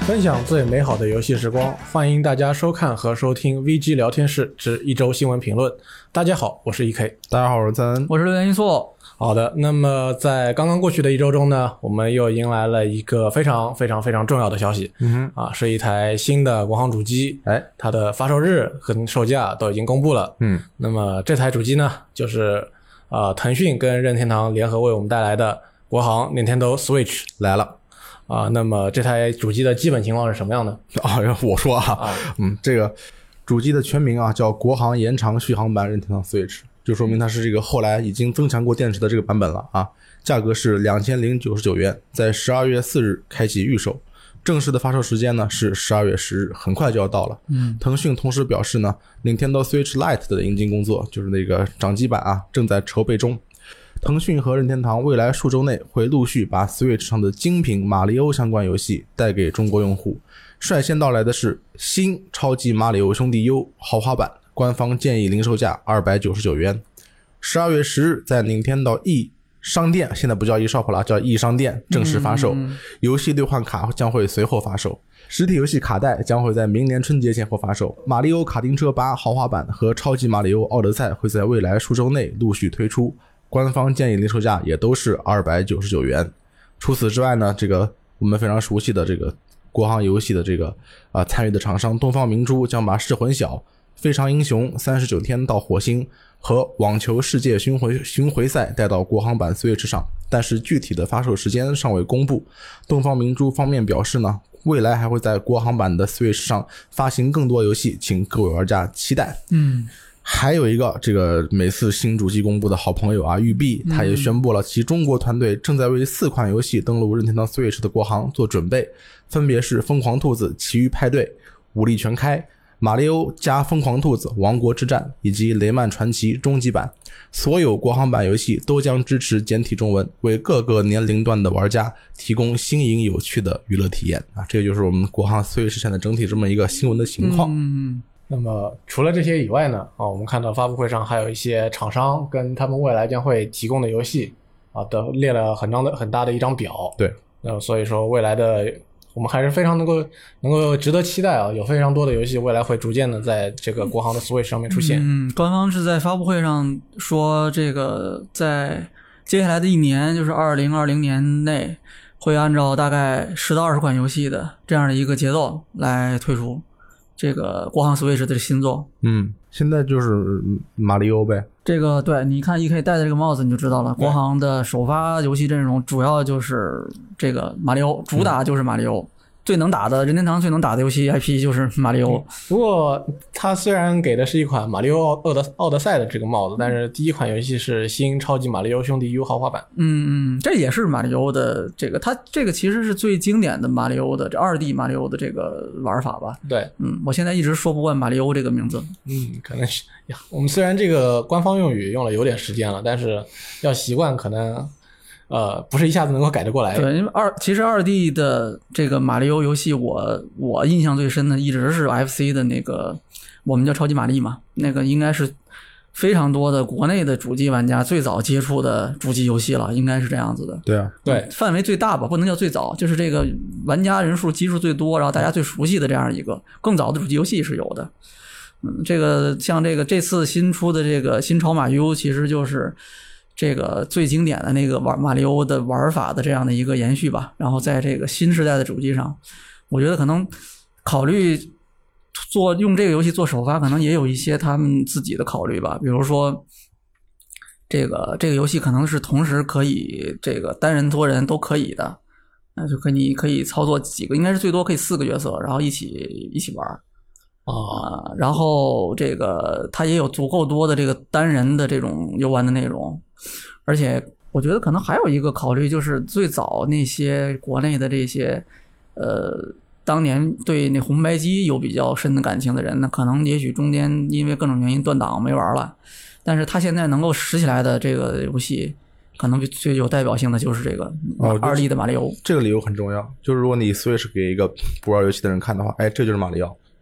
分享最美好的游戏时光，欢迎大家收看和收听 VG 聊天室之一周新闻评论。大家好，我是 EK。 大家好，我是赞恩， 我是刘元一素。 好的，那么在刚刚过去的一周中呢，我们又迎来了一个非常重要的消息，是一台新的国行主机，它的发售日和售价都已经公布了。那么这台主机呢，就是腾讯跟任天堂联合为我们带来的国行 Nintendo Switch 来了。 那么这台主机的基本情况是什么样的？ 我说这个主机的全名叫国行延长续航版任天堂 Switch， 就说明它是这个后来已经增强过电池的这个版本了啊。价格是2099元，在12月4日开启预售，正式的发售时间呢是12月10日，很快就要到了。腾讯同时表示呢 Nintendo Switch Lite 的引进工作，就是那个掌机版正在筹备中。腾讯和任天堂未来数周内会陆续把 Switch 上的精品马里欧相关游戏带给中国用户。率先到来的是新超级马里欧兄弟 U 豪华版，官方建议零售价299元。12月10日在 Nintendo E 商店，现在不叫 eShop 了，叫 E 商店正式发售，游戏兑换卡将会随后发售，实体游戏卡带将会在明年春节前后发售。马里欧卡丁车8豪华版和超级马里欧奥德赛会在未来数周内陆续推出，官方建议零售价也都是299元。除此之外呢，这个我们非常熟悉的这个国行游戏的这个参与的厂商东方明珠将把噬魂小、非常英雄、39天到火星和网球世界巡回赛带到国行版 Switch 上，但是具体的发售时间尚未公布。东方明珠方面表示呢，未来还会在国行版的 Switch 上发行更多游戏，请各位玩家期待。还有一个这个每次新主机公布的好朋友育碧，他也宣布了其中国团队正在为4款游戏登陆任天堂 Switch 的国行做准备，分别是疯狂兔子奇遇派对、武力全开、马里欧加疯狂兔子王国之战以及雷曼传奇终极版。所有国行版游戏都将支持简体中文，为各个年龄段的玩家提供新颖有趣的娱乐体验这就是我们国行 Switch 现在整体这么一个新闻的情况。 那么除了这些以外呢，我们看到发布会上还有一些厂商跟他们未来将会提供的游戏都列了很大的一张表。 对， 所以说未来的我们还是非常能够值得期待有非常多的游戏未来会逐渐的在这个国行的 Switch 上面出现。 官方是在发布会上说，这个在接下来的一年，就是2020年内，会按照大概10到20款游戏的这样的一个节奏来推出这个国行 Switch 的新作。 现在就是马里欧呗。 这个对，你看 EK 戴的这个帽子你就知道了，国行的首发游戏阵容主要就是这个马里欧，主打就是马里欧。最能打的任天堂最能打的游戏 IP 就是马里欧。 不过它虽然给的是一款马里欧奥德赛的这个帽子，但是第一款游戏是新超级马里欧兄弟 U 豪华版。 这也是马里欧的这个，它这个其实是最经典的马里欧的这 2D 马里欧的这个玩法吧。 对， 我现在一直说不惯马里欧这个名字。 可能是我们虽然这个官方用语用了有点时间了，但是要习惯可能不是一下子能够改得过来。 对，因为其实 2D 的这个马里欧游戏我印象最深的一直是 FC 的那个，我们叫超级玛丽嘛，那个应该是非常多的国内的主机玩家最早接触的主机游戏了，应该是这样子的。 对， 范围最大吧，不能叫最早，就是这个玩家人数基数最多，然后大家最熟悉的这样一个更早的主机游戏是有的。这个像这次新出的这个新超马 U 其实就是这个最经典的那个马里欧的玩法的这样的一个延续吧。然后在这个新时代的主机上，我觉得可能考虑用这个游戏做首发，可能也有一些他们自己的考虑吧。比如说这个游戏可能是同时可以这个单人多人都可以的，那就可以操作几个，应该是最多可以4个角色，然后一起玩。然后这个它也有足够多的这个单人的这种游玩的内容。而且我觉得可能还有一个考虑，就是最早那些国内的这些当年对那红白机有比较深的感情的人，那可能也许中间因为各种原因断档没玩了，但是他现在能够拾起来的这个游戏，可能最有代表性的就是这个2D 的马里欧。 这个理由很重要，就是如果你 Switch 给一个不玩游戏的人看的话，这就是马里奥。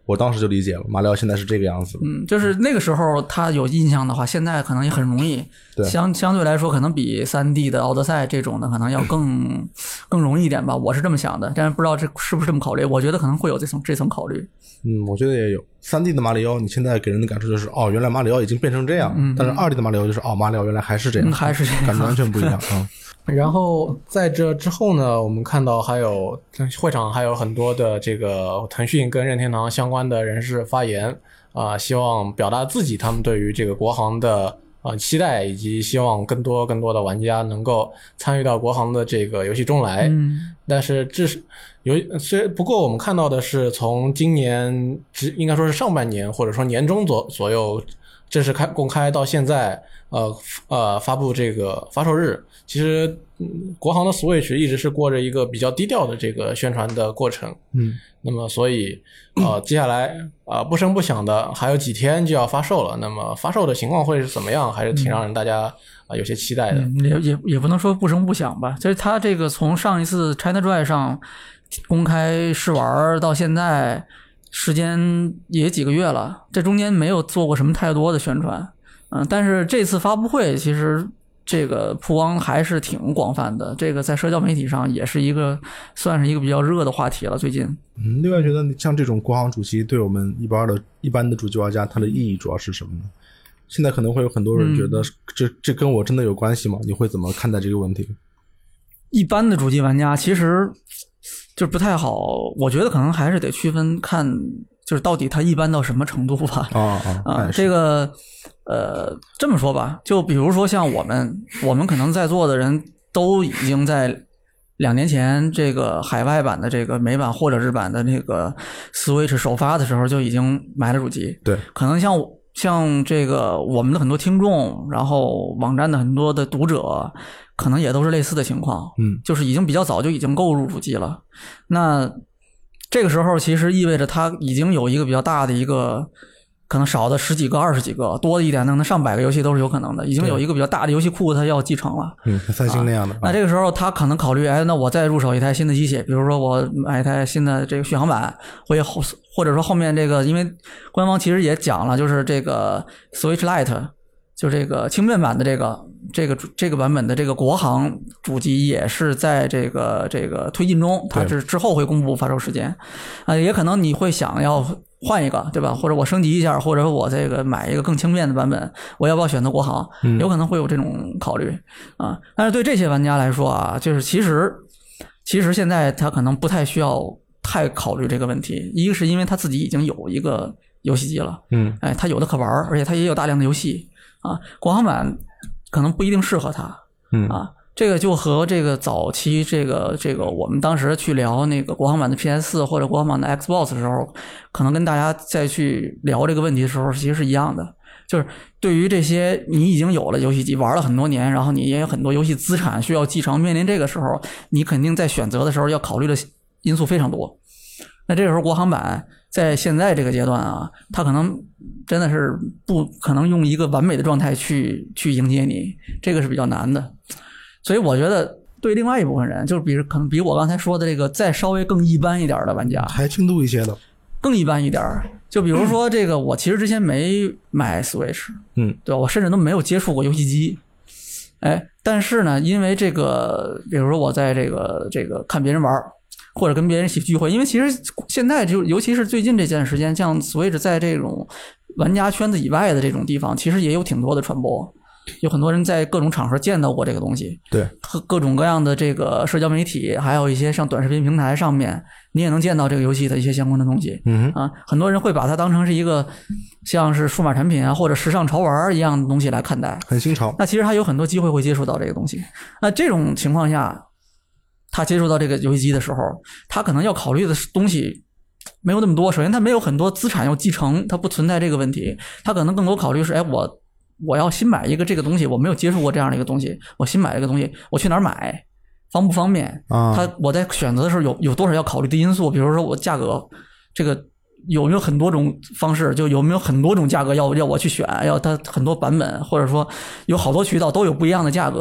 我当时就理解了，马里奥现在是这个样子。 就是那个时候他有印象的话，现在可能也很容易。 对， 相对来说，可能比3D 的奥德赛这种的可能要更容易一点吧，我是这么想的。但是不知道这是不是这么考虑，我觉得可能会有这层考虑。 我觉得也有。3D 的马里奥，你现在给人的感受就是原来马里奥已经变成这样，但是2D 的马里奥就是马里奥原来还是这样， 还是这样， 感觉完全不一样啊。 然后在这之后呢，我们看到还有会场还有很多的这个腾讯跟任天堂相关的人士发言希望表达自己他们对于这个国行的期待，以及希望更多的玩家能够参与到国行的这个游戏中来。但是不过我们看到的是，从今年应该说是上半年或者说年中左右正式公开到现在发布这个发售日，其实国行的 Switch 一直是过着一个比较低调的这个宣传的过程。那么所以接下来不声不响的还有几天就要发售了，那么发售的情况会是怎么样，还是挺让人大家有些期待的。 也不能说不声不响吧，就是它这个从上一次 ChinaJoy 上公开试玩到现在时间也几个月了，这中间没有做过什么太多的宣传。但是这次发布会其实这个曝光还是挺广泛的，这个在社交媒体上也是算是一个比较热的话题了最近。 另外觉得像这种国行主机对我们一般的主机玩家它的意义主要是什么呢？现在可能会有很多人觉得这跟我真的有关系吗？你会怎么看待这个问题？ 一般的主机玩家其实就不太好，我觉得可能还是得区分看就是到底它一般到什么程度吧。这个这么说吧，就比如说像我们可能在座的人都已经在2年前这个海外版的这个美版或者日版的那个 Switch 首发的时候就已经买了主机。 对， 可能像这个我们的很多听众，然后网站的很多的读者可能也都是类似的情况。就是已经比较早就已经购入主机了。那这个时候其实意味着它已经有一个比较大的一个，可能少的10几个20几个，多一点能上100个游戏都是有可能的，已经有一个比较大的游戏库它要继承了。 三星那样的。 那这个时候他可能考虑那我再入手一台新的机器，比如说我买一台新的这个续航版，或者说后面这个，因为官方其实也讲了，就是这个 Switch Lite 就这个轻便版的这个版本的这个国行主机也是在这个推进中，它是之后会公布发售时间。也可能你会想要换一个，对吧？或者我升级一下，或者我这个买一个更轻便的版本，我要不要选择国行？有可能会有这种考虑但是对这些玩家来说就是其实现在他可能不太需要太考虑这个问题。一个是因为他自己已经有一个游戏机了，他有的可玩，而且他也有大量的游戏国行版可能不一定适合他这个就和这个早期这个我们当时去聊那个国行版的 PS4 或者国行版的 Xbox 的时候，可能跟大家再去聊这个问题的时候其实是一样的。就是对于这些你已经有了游戏机玩了很多年，然后你也有很多游戏资产需要继承，面临这个时候你肯定在选择的时候要考虑的因素非常多。那这个时候国行版在现在这个阶段它可能真的是不可能用一个完美的状态去迎接你，这个是比较难的。所以我觉得对另外一部分人，就是可能比我刚才说的这个再稍微更一般一点的玩家， 还轻度一些的， 更一般一点，就比如说这个我其实之前没买 Switch， 对吧？我甚至都没有接触过游戏机，但是呢，因为这个，比如说我在这个看别人玩，或者跟别人一起聚会，因为其实现在就尤其是最近这段时间，像 Switch 在这种玩家圈子以外的这种地方，其实也有挺多的传播。有很多人在各种场合见到过这个东西， 对， 各种各样的这个社交媒体，还有一些像短视频平台上面，你也能见到这个游戏的一些相关的东西。很多人会把它当成是一个像是数码产品或者时尚潮玩一样的东西来看待， 很新潮。 那其实他有很多机会会接触到这个东西。那这种情况下，他接触到这个游戏机的时候，他可能要考虑的东西没有那么多。首先，他没有很多资产要继承，他不存在这个问题。他可能更多考虑是，我要新买一个这个东西，我没有接触过这样的一个东西，我新买一个东西，我去哪儿买，方不方便？我在选择的时候有多少要考虑的因素？比如说我价格，这个有没有很多种方式？就有没有很多种价格要我去选？要它很多版本，或者说有好多渠道都有不一样的价格。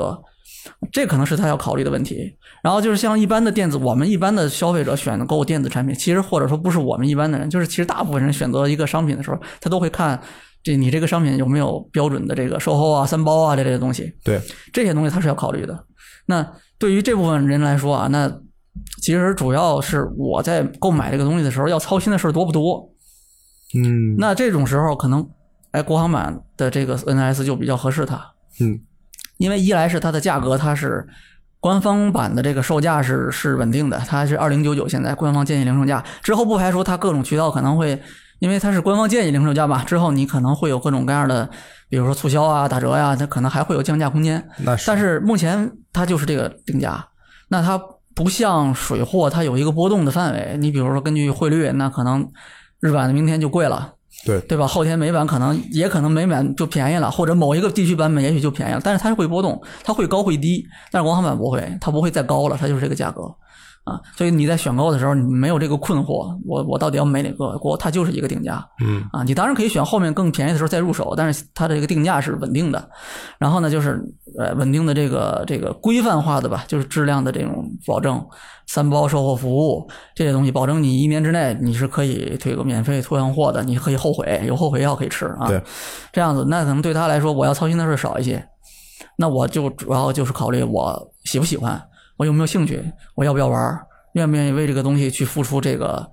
这可能是他要考虑的问题。然后就是像一般的电子，我们一般的消费者选购电子产品，其实或者说不是我们一般的人，就是其实大部分人选择一个商品的时候，他都会看你这个商品有没有标准的这个售后啊、三包啊这类的东西。 对， 这些东西他是要考虑的。那对于这部分人来说啊，那其实主要是我在购买这个东西的时候要操心的事多不多？那这种时候可能国行版的这个 NS 就比较合适它。因为一来是它的价格，它是官方版的这个售价是稳定的，它是2099，现在官方建议零售价，之后不排除它各种渠道可能会，因为它是官方建议零售价嘛，之后你可能会有各种各样的，比如说促销啊、打折呀，它可能还会有降价空间。但是目前它就是这个定价，那它不像水货，它有一个波动的范围。你比如说根据汇率，那可能日版的明天就贵了。对吧？后天美版也可能美版就便宜了，或者某一个地区版本也许就便宜了，但是它会波动，它会高会低，但是国行版不会，它不会再高了，它就是这个价格啊。所以你在选购的时候，你没有这个困惑，我到底要买哪个国？它就是一个定价，你当然可以选后面更便宜的时候再入手，但是它的这个定价是稳定的。然后呢，就是稳定的这个规范化的吧，就是质量的这种保证。3包售后服务这些东西，保证你1年之内你是可以这个免费退换货的，你可以后悔，有后悔药可以吃啊。对，这样子，那可能对他来说，我要操心的事少一些。那我就主要就是考虑我喜不喜欢，我有没有兴趣，我要不要玩，愿不愿意为这个东西去付出这个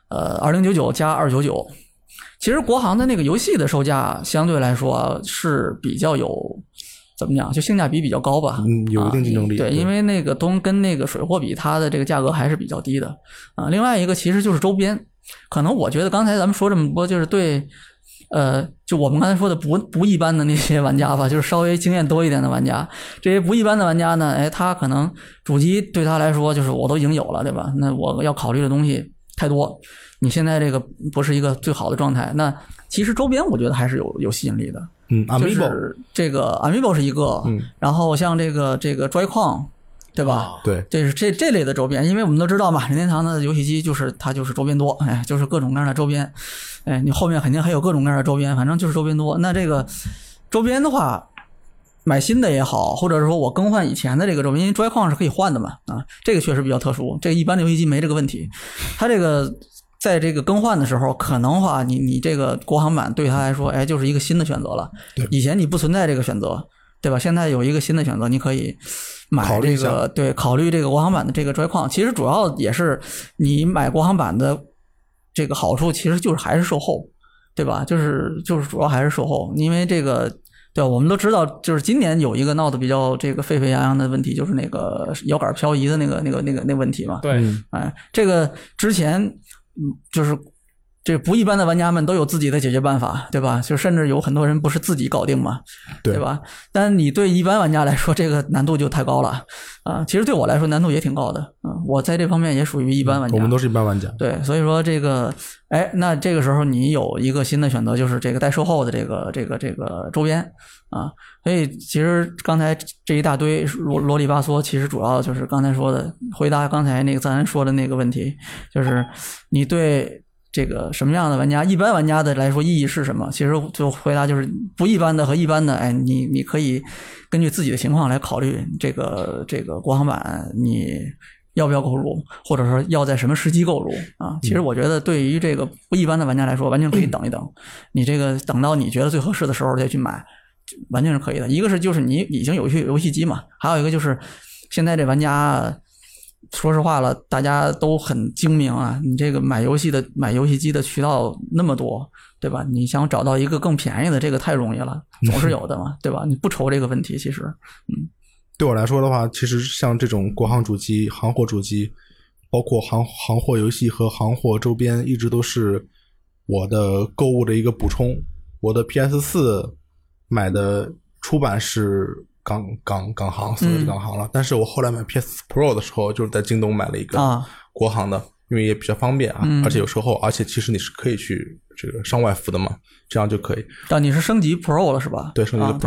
2099加299。其实国行的那个游戏的售价相对来说是比较有。怎么讲？就性价比比较高吧， 有一定竞争力。 对，因为那个东跟那个水货比，它的这个价格还是比较低的啊。另外一个其实就是周边，可能我觉得刚才咱们说这么多，就是对，就我们刚才说的不一般的那些玩家吧，就是稍微经验多一点的玩家，这些不一般的玩家呢，他可能主机对他来说就是我都已经有了，对吧？那我要考虑的东西太多，你现在这个不是一个最好的状态，那其实周边我觉得还是有吸引力的。就是这个 Amiibo 是一个，然后像这个 Joy-Con， 对吧？ 对， 这是这类的周边，因为我们都知道嘛，任天堂的游戏机它就是周边多，就是各种各样的周边，你后面肯定还有各种各样的周边，反正就是周边多。那这个周边的话，买新的也好，或者是说我更换以前的这个周边，因为 Joy-Con 是可以换的嘛，这个确实比较特殊，这个一般的游戏机没这个问题，它这个。在这个更换的时候，可能话你这个国行版对他来说，就是一个新的选择了。以前你不存在这个选择，对吧？现在有一个新的选择，你可以买这个，对，考虑这个国行版的这个Joy-Con。其实主要也是你买国行版的这个好处，其实就是还是售后，对吧？就是主要还是售后，因为这个，对吧？我们都知道，就是今年有一个闹得比较这个沸沸扬扬的问题，就是那个摇杆漂移的那个问题嘛。 对， 这个之前。就是这不一般的玩家们都有自己的解决办法，对吧？就甚至有很多人不是自己搞定嘛，对吧？但你对一般玩家来说，这个难度就太高了啊！其实对我来说难度也挺高的啊，我在这方面也属于一般玩家。 我们都是一般玩家。 对，所以说这个，那这个时候你有一个新的选择，就是这个带售后的这个周边啊。所以其实刚才这一大堆啰里吧嗦，其实主要就是刚才说的，回答刚才那个赞恩说的那个问题，就是你对这个什么样的玩家，一般玩家的来说意义是什么？其实就回答就是不一般的和一般的，你可以根据自己的情况来考虑这个国行版你要不要购入，或者说要在什么时机购入啊？其实我觉得对于这个不一般的玩家来说，完全可以等一等，你这个等到你觉得最合适的时候再去买。完全是可以的。一个是就是你已经有游戏机嘛，还有一个就是现在这玩家说实话了，大家都很精明啊，你这个买游戏机的渠道那么多，对吧？你想找到一个更便宜的，这个太容易了，总是有的嘛，对吧？你不愁这个问题，其实对我来说的话，其实像这种国行主机、行货主机，包括行货游戏和行货周边，一直都是我的购物的一个补充。我的 PS4 买的出版是港行，所以是港行了。但是我后来买 PS Pro 的时候，就是在京东买了一个国行的，因为也比较方便啊，而且有售后，而且其实你是可以去这个上外服的嘛，这样就可以。 你是升级 Pro 了是吧？ 对，升级了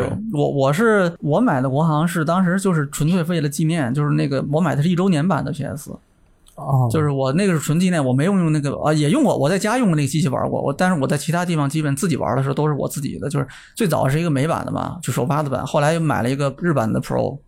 Pro。我买的国行是当时就是纯粹为了纪念，就是那个我买的是1周年版的 PS。就是我那个是纯纪念，我没用那个也用过，我在家用过那个机器玩过，但是我在其他地方基本自己玩的时候都是我自己的，就是最早是一个美版的嘛，就首发的版，后来又买了一个日版的 Pro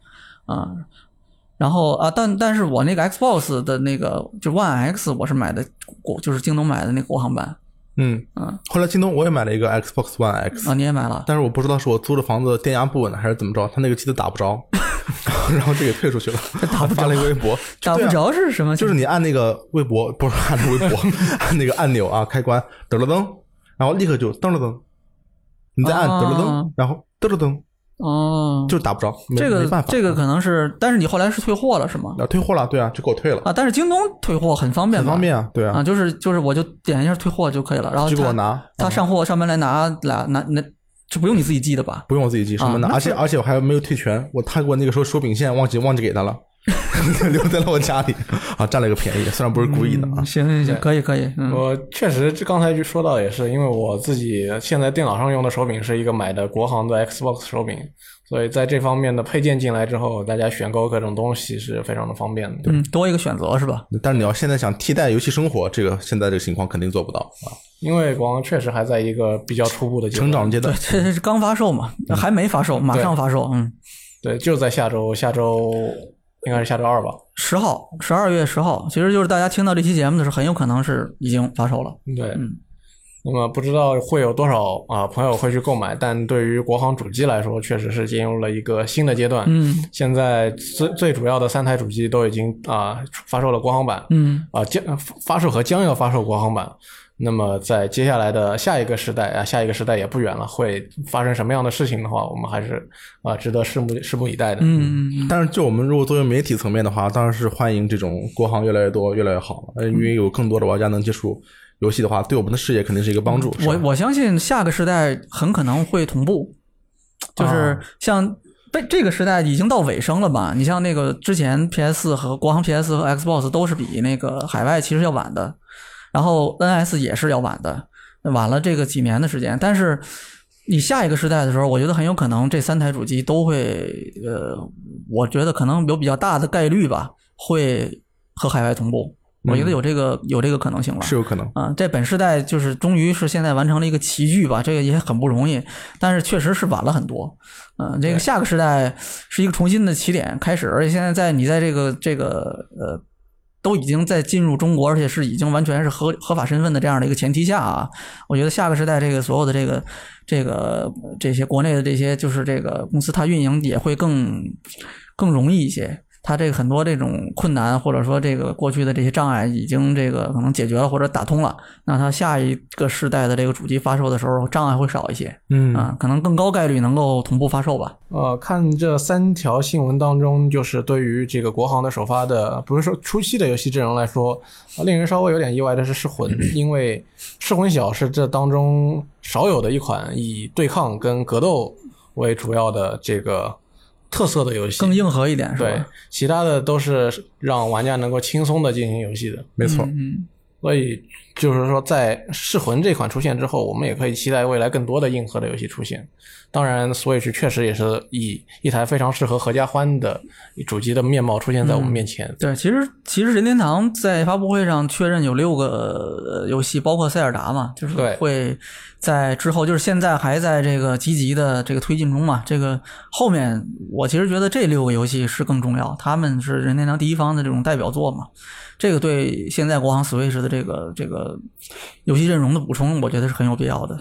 然后但是我那个 Xbox 的那个就 One X 我是买的就是京东买的那个国行版。 后来京东我也买了一个 Xbox One X 你也买了？ 但是我不知道是我租的房子电压不稳还是怎么着，他那个机子打不着，然后就给退出去了。 打不着， 发了一个微博， 打不着是什么？ 就是你按那个微博，不是按那微博，按那个按钮啊，开关噔了噔，然后立刻就噔了噔，你再按噔了噔，然后噔了噔。就是打不着， 这个没办法。 这个可能是，但是你后来是退货了是吗？ 退货了，对啊，就给我退了但是京东退货很方便吧？ 很方便啊，对啊。 就是我就点一下退货就可以了，然后就给我拿， 他上货上门来拿，这不用你自己寄的吧？ 不用我自己寄，上门拿，而且我还没有退全，他给我那个时候手柄线忘记给他了。留在了我家里占了一个便宜，虽然不是故意的行，可以。 我确实刚才就说到也是，因为我自己现在电脑上用的手柄是一个买的国行的 Xbox 手柄，所以在这方面的配件进来之后，大家选购各种东西是非常的方便的。 多一个选择是吧？ 但是你要现在想替代游戏生活，现在这个情况肯定做不到因为国行确实还在一个比较初步的成长阶段。 对，这是刚发售嘛，还没发售，马上发售。 对，就在下周应该是下周2吧 ，10号，12月10号，其实就是大家听到这期节目的时候，很有可能是已经发售了。 对，那么不知道会有多少朋友会去购买，但对于国行主机来说，确实是进入了一个新的阶段。现在最主要的3台主机都已经发售了国行版，发售和将要发售国行版。那么在接下来的下一个时代也不远了，会发生什么样的事情的话，我们还是值得拭目以待的。 但是就我们如果作为媒体层面的话，当然是欢迎这种国行越来越多越来越好，因为有更多的玩家能接触游戏的话，对我们的事业肯定是一个帮助。 我相信下个时代很可能会同步，就是像这个时代已经到尾声了吧？你像那个之前 PS 和国行 PS 和 Xbox 都是比那个海外其实要晚的。然后 NS 也是要晚的，晚了这个几年的时间。但是你下一个时代的时候，我觉得很有可能这3台主机都会我觉得可能有比较大的概率吧，会和海外同步。我觉得有这个可能性了， 是有可能这本世代就是终于是现在完成了一个齐聚吧，这个也很不容易，但是确实是晚了很多。这个下个时代是一个重新的起点开始，而且现在你在这个都已经在进入中国，而且是已经完全是合法身份的这样的一个前提下我觉得下个时代这个所有的这些国内的这些就是这个公司它运营也会更容易一些。它这个很多这种困难或者说这个过去的这些障碍已经这个可能解决了或者打通了，那它下一个世代的这个主机发售的时候障碍会少一些，可能更高概率能够同步发售吧。 看这3条新闻当中，就是对于这个国行的首发的不是说初期的游戏阵容来说，令人稍微有点意外的是噬魂，因为噬魂小是这当中少有的一款以对抗跟格斗为主要的这个特色的游戏， 更硬核一点是吧？ 对，其他的都是让玩家能够轻松的进行游戏的， 没错。 所以就是说在噬魂这款出现之后，我们也可以期待未来更多的硬核的游戏出现。当然 Switch 确实也是以一台非常适合合家欢的主机的面貌出现在我们面前。 对，其实任天堂在发布会上确认有6个游戏，包括塞尔达嘛，就是会在之后，就是现在还在这个积极的这个推进中嘛。这个后面我其实觉得这6个游戏是更重要，他们是任天堂第一方的这种代表作嘛。这个对现在国行 Switch 的这个游戏阵容的补充，我觉得是很有必要的。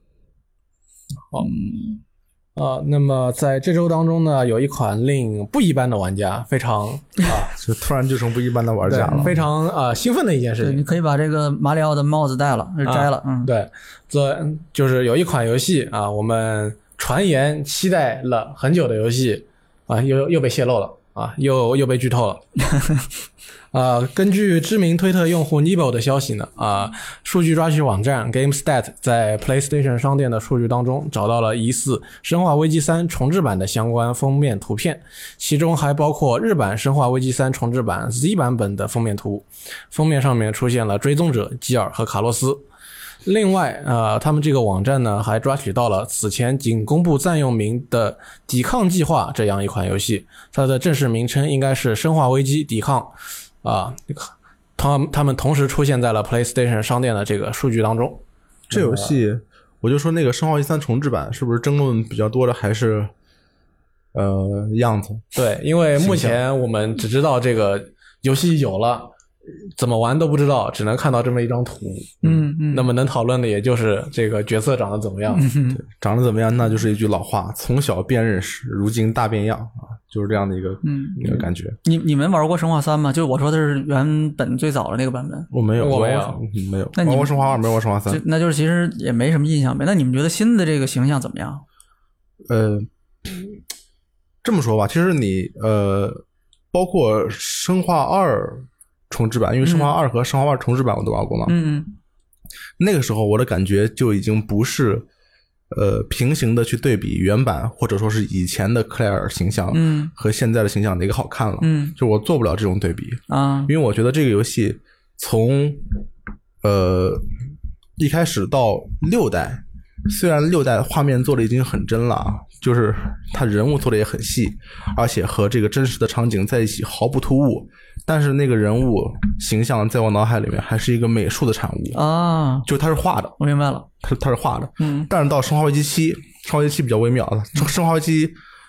那么在这周当中呢，有一款令不一般的玩家非常就突然就成不一般的玩家了， 非常兴奋的一件事情。 你可以把这个马里奥的帽子摘了。 对，这就是有一款游戏我们传言期待了很久的游戏又被泄露了又被剧透了。根据知名推特用户 Nebo 的消息呢，数据抓取网站 GameStat 在 PlayStation 商店的数据当中找到了疑似《生化危机3》重置版的相关封面图片，其中还包括日版《生化危机3》重置版 Z 版本的封面图，封面上面出现了追踪者基尔和卡洛斯。另外他们这个网站呢还抓取到了此前仅公布暂用名的抵抗计划这样一款游戏，它的正式名称应该是生化危机抵抗他们同时出现在了 PlayStation 商店的这个数据当中。 这游戏我就说那个生化危机3重置版是不是争论比较多的还是样子。 对，因为目前我们只知道这个游戏有了，怎么玩都不知道，只能看到这么一张图。那么能讨论的也就是这个角色长得怎么样。 对，长得怎么样，那就是一句老话，从小便认识，如今大变样啊，就是这样的一个感觉。 你们玩过生化3吗？就我说的是原本最早的那个版本。 我没有。 没有。 玩过生化2，没玩过生化3。 那就是其实也没什么印象呗。那你们觉得新的这个形象怎么样？ 这么说吧，其实你包括生化2重置版，因为生化2和生化2重置版我都玩过嘛。那个时候我的感觉就已经不是平行的去对比原版或者说是以前的克莱尔形象和现在的形象哪个好看了。就我做不了这种对比啊，因为我觉得这个游戏从一开始到6代，虽然6代画面做的已经很真了，就是它人物做的也很细，而且和这个真实的场景在一起毫不突兀，但是那个人物形象在我脑海里面还是一个美术的产物啊，就它是画的。 我明白了， 它是画的。但是到生化危机7，生化危机7比较微妙了。生化危机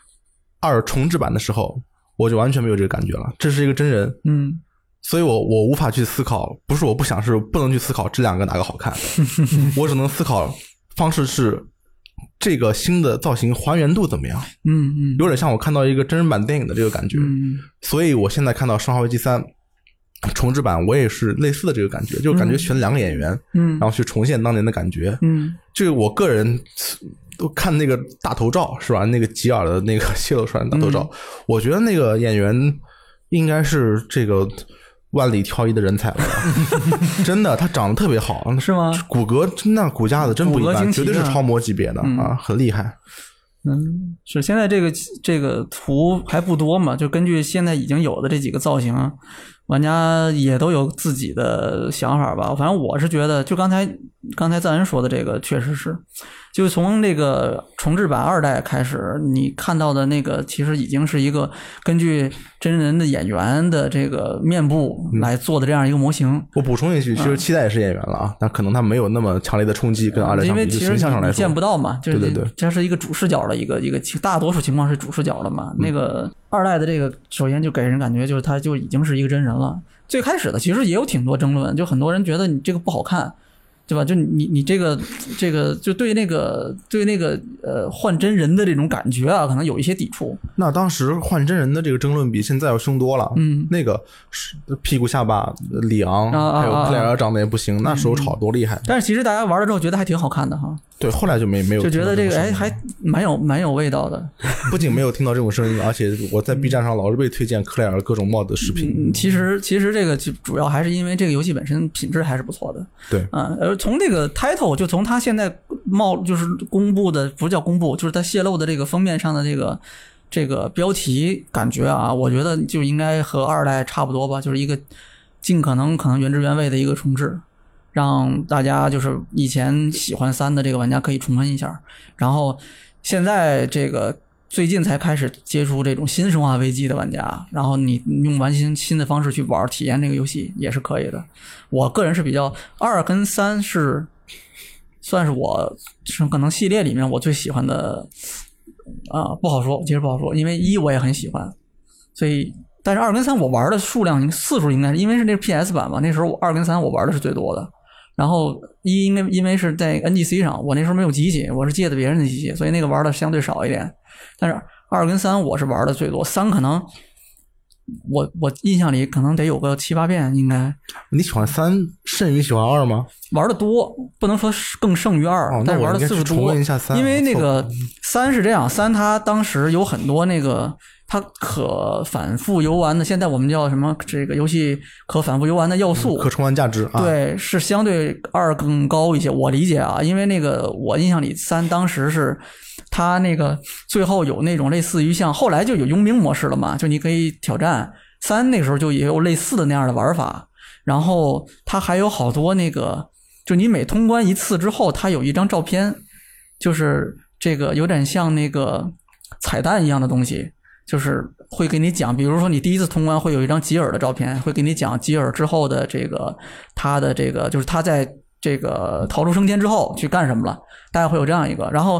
2重置版的时候，我就完全没有这个感觉了，这是一个真人。所以我无法去思考，不是我不想，是不能去思考这两个哪个好看。我只能思考方式是这个新的造型还原度怎么样。有点像我看到一个真人版电影的这个感觉。所以我现在看到生化危机3重置版，我也是类似的这个感觉，就感觉选2个演员然后去重现当年的感觉。这个我个人都看那个大头照是吧，那个吉尔的那个泄露出来的大头照，我觉得那个演员应该是这个万里挑一的人才了。真的，他长得特别好。 是吗？ 骨骼那骨架子真不一般，绝对是超模级别的啊，很厉害。 是现在这个图还不多嘛，就根据现在已经有的这几个造型，玩家也都有自己的想法吧。反正我是觉得，就刚才赞恩说的这个确实是，就从这个重置版2代开始，你看到的那个其实已经是一个根据真人的演员的这个面部来做的这样一个模型。 我补充一句，其实7代也是演员了啊，但可能他没有那么强烈的冲击跟2代相比， 因为其实你见不到嘛，就是对， 这是一个主视角的一个大多数情况是主视角的嘛。那个2代的这个首先就给人感觉就是他就已经是一个真人了。最开始的其实也有挺多争论，就很多人觉得你这个不好看，对吧？就你这个就对那个换真人的这种感觉啊，可能有一些抵触。 那当时换真人的这个争论比现在要凶多了。那个屁股下巴里昂还有克莱尔长得也不行，那时候吵多厉害。 但是其实大家玩了之后觉得还挺好看的哈。 对，后来就没有， 就觉得这个还蛮有味道的。 不仅没有听到这种声音，而且我在 B 站上老是被推荐克莱尔各种 mod 的视频。 其实这个主要还是因为这个游戏本身品质还是不错的。 对， 从这个 title 就从它现在就是公布的，不是叫公布，就是它泄露的这个封面上的这个标题感觉啊，我觉得就应该和2代差不多吧，就是一个尽可能原汁原味的一个重置。让大家就是以前喜欢3的这个玩家可以重温一下，然后现在这个最近才开始接触这种新生化危机的玩家，然后你用完新的方式去玩体验这个游戏也是可以的。我个人是比较2跟3是算是我可能系列里面我最喜欢的不好说，其实不好说，因为1我也很喜欢，所以但是2跟3我玩的次数应该是因为是那个 PS 版嘛，那时候2跟3我玩的是最多的。然后因为是在 NGC 上，我那时候没有机器，我是借的别人的机器，所以那个玩的相对少一点。但是2跟3我是玩的最多，3可能我印象里可能得有个7、8遍应该。 你喜欢3胜于喜欢2吗？ 玩的多，不能说更胜于2，但是玩的次数多。 重温一下3， 因为那个3是这样，3它当时有很多那个它可反复游玩的，现在我们叫什么？这个游戏可反复游玩的要素， 可重玩价值啊。 对，是相对2更高一些。我理解啊，因为那个我印象里3当时是它那个最后有那种类似于像后来就有佣兵模式了嘛，就你可以挑战。3那个时候就也有类似的那样的玩法，然后它还有好多那个，就你每通关一次之后，它有一张照片，就是这个有点像那个彩蛋一样的东西。就是会给你讲，比如说你第一次通关会有一张吉尔的照片，会给你讲吉尔之后的这个他的这个就是他在这个逃出升天之后去干什么了，大概会有这样一个。然后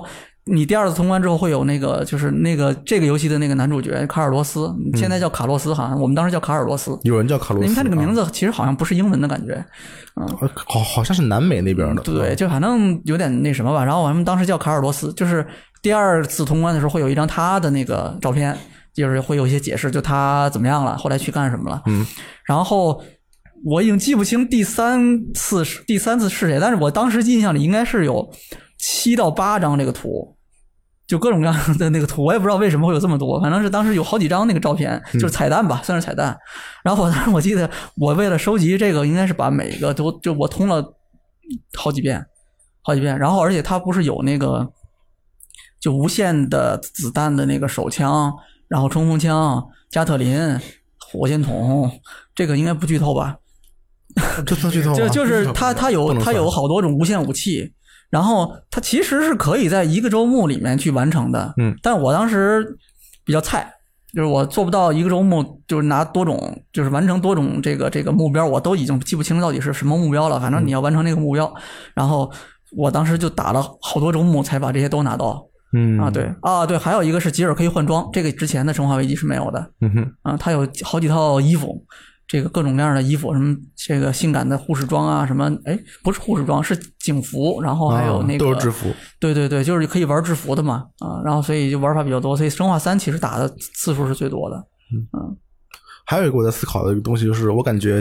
你第二次通关之后会有那个就是这个游戏的那个男主角卡尔罗斯，现在叫卡洛斯，好像我们当时叫卡尔罗斯， 有人叫卡洛斯， 因为他这个名字其实好像不是英文的感觉， 好像是南美那边的， 对，就反正有点那什么吧。然后我们当时叫卡尔罗斯，就是第二次通关的时候会有一张他的那个照片，就是会有一些解释，就他怎么样了，后来去干什么了。然后我已经记不清第三次是谁，但是我当时印象里应该是有7到8张这个图，就各种各样的那个图，我也不知道为什么会有这么多，反正是当时有好几张那个照片，就是彩蛋吧，算是彩蛋。然后当时我记得我为了收集这个，应该是把每一个都就我通了好几遍，然后而且它不是有那个就无限的子弹的那个手枪，然后冲锋枪、加特林、火箭筒，这个应该不剧透吧？ 这算剧透吗？ 就是它有好多种无限武器，然后它其实是可以在一个周末里面去完成的。但我当时比较菜，就是我做不到一个周末，就是拿多种，就是完成多种这个目标，我都已经记不清到底是什么目标了。反正你要完成那个目标，然后我当时就打了好多周末才把这些都拿到。对，还有一个是吉尔可以换装，这个之前的生化危机是没有的。它有好几套衣服，这个各种各样的衣服，什么这个性感的护士装啊，什么不是护士装，是警服，然后还有那个都是制服。对， 就是可以玩制服的嘛然后所以就玩法比较多，所以生化3其实打的次数是最多的。 还有一个我在思考的一个东西就是，我感觉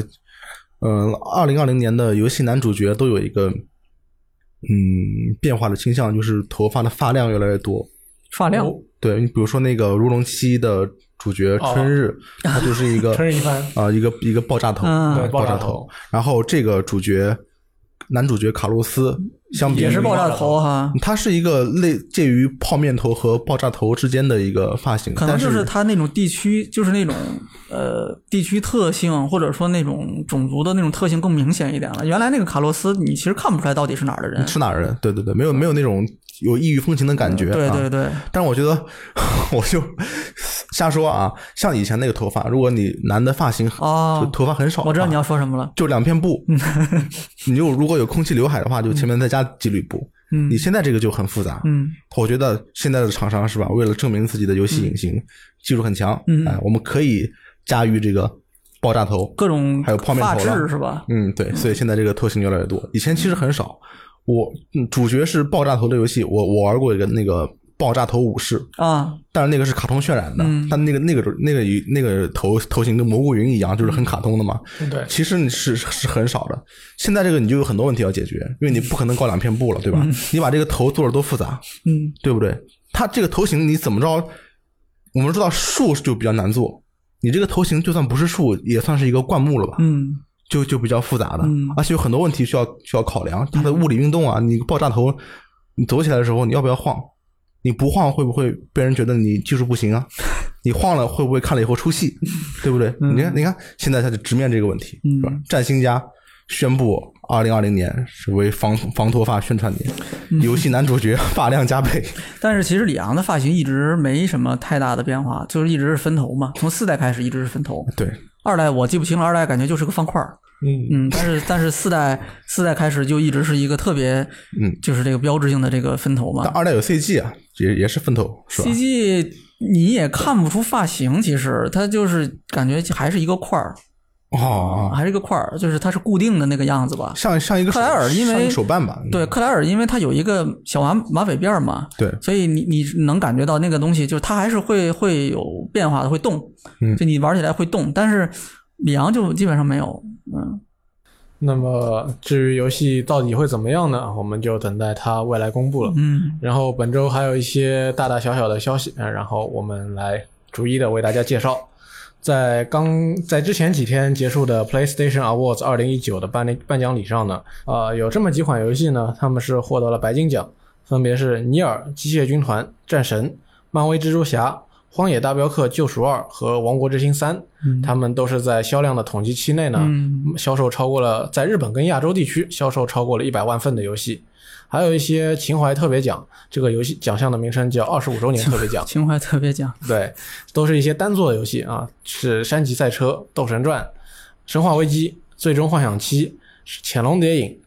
2020年的游戏男主角都有一个变化的倾向，就是头发的发量越来越多。 发量？ 对，你比如说那个如龙7的主角春日，他就是一个春日一番一个爆炸头，爆炸头。然后这个男主角卡洛斯相比也是爆炸头哈， 他是一个介于泡面头和爆炸头之间的一个发型， 可能就是他那种地区，就是那种地区特性，或者说那种种族的那种特性更明显一点了。原来那个卡洛斯，你其实看不出来到底是哪儿的人， 是哪儿人？对，没有那种有异域风情的感觉。 对。 但是我觉得，我就瞎说啊，像以前那个头发，如果你男的发型就头发很少， 我知道你要说什么了， 就2片布，你就如果有空气刘海的话，就前面再加几缕布。你现在这个就很复杂。我觉得现在的厂商是吧，为了证明自己的游戏引擎技术很强，我们可以驾驭这个爆炸头， 各种还有泡面头发质是吧？ 对，所以现在这个头型越来越多，以前其实很少。我主角是爆炸头的游戏，我玩过一个那个爆炸头武士但是那个是卡通渲染的，但那个头型跟蘑菇云一样，就是很卡通的嘛。 对， 其实是很少的。现在这个你就有很多问题要解决，因为你不可能搞2片布了，对吧？你把这个头做的多复杂，对不对？它这个头型你怎么着？我们知道树就比较难做，你这个头型就算不是树，也算是一个灌木了吧？就比较复杂的，而且有很多问题需要考量，它的物理运动啊，你爆炸头，你走起来的时候你要不要晃？你不晃会不会被人觉得你技术不行啊？你晃了会不会看了以后出戏？对不对？你看，现在他就直面这个问题，是吧？战星家宣布2020年是为防脱发宣传年，游戏男主角发量加倍。 但是其实里昂的发型一直没什么太大的变化，就是一直是分头嘛，从4代开始一直是分头。 对 ，2代我记不清了，2代感觉就是个方块但是4代开始就一直是一个特别就是这个标志性的这个分头嘛。 但2代有 CG 啊，也是分头，是吧 ？CG 你也看不出发型，其实它就是感觉还是一个块儿。还是一个块儿，就是它是固定的那个样子吧， 像一个克莱尔，因为手办吧。 对，克莱尔因为它有一个小马尾辫嘛， 对， 所以你能感觉到那个东西，就是它还是会有变化的，会动，就你玩起来会动，但是里昂就基本上没有。 那么至于游戏到底会怎么样呢？我们就等待它未来公布了。然后本周还有一些大大小小的消息，然后我们来逐一的为大家介绍。在之前几天结束的 PlayStation Awards 2019的颁奖礼上呢，有这么几款游戏呢，他们是获得了白金奖，分别是尼尔、机械军团、战神、漫威蜘蛛侠、荒野大镖客救赎2和王国之心3，他们都是在销量的统计期内呢，销售超过了，在日本跟亚洲地区销售超过了100万份的游戏。还有一些情怀特别奖，这个游戏奖项的名称叫25周年特别奖。 情怀特别奖， 对，都是一些单作的游戏啊，是山脊赛车、斗神传、生化危机、最终幻想7、潜龙谍影、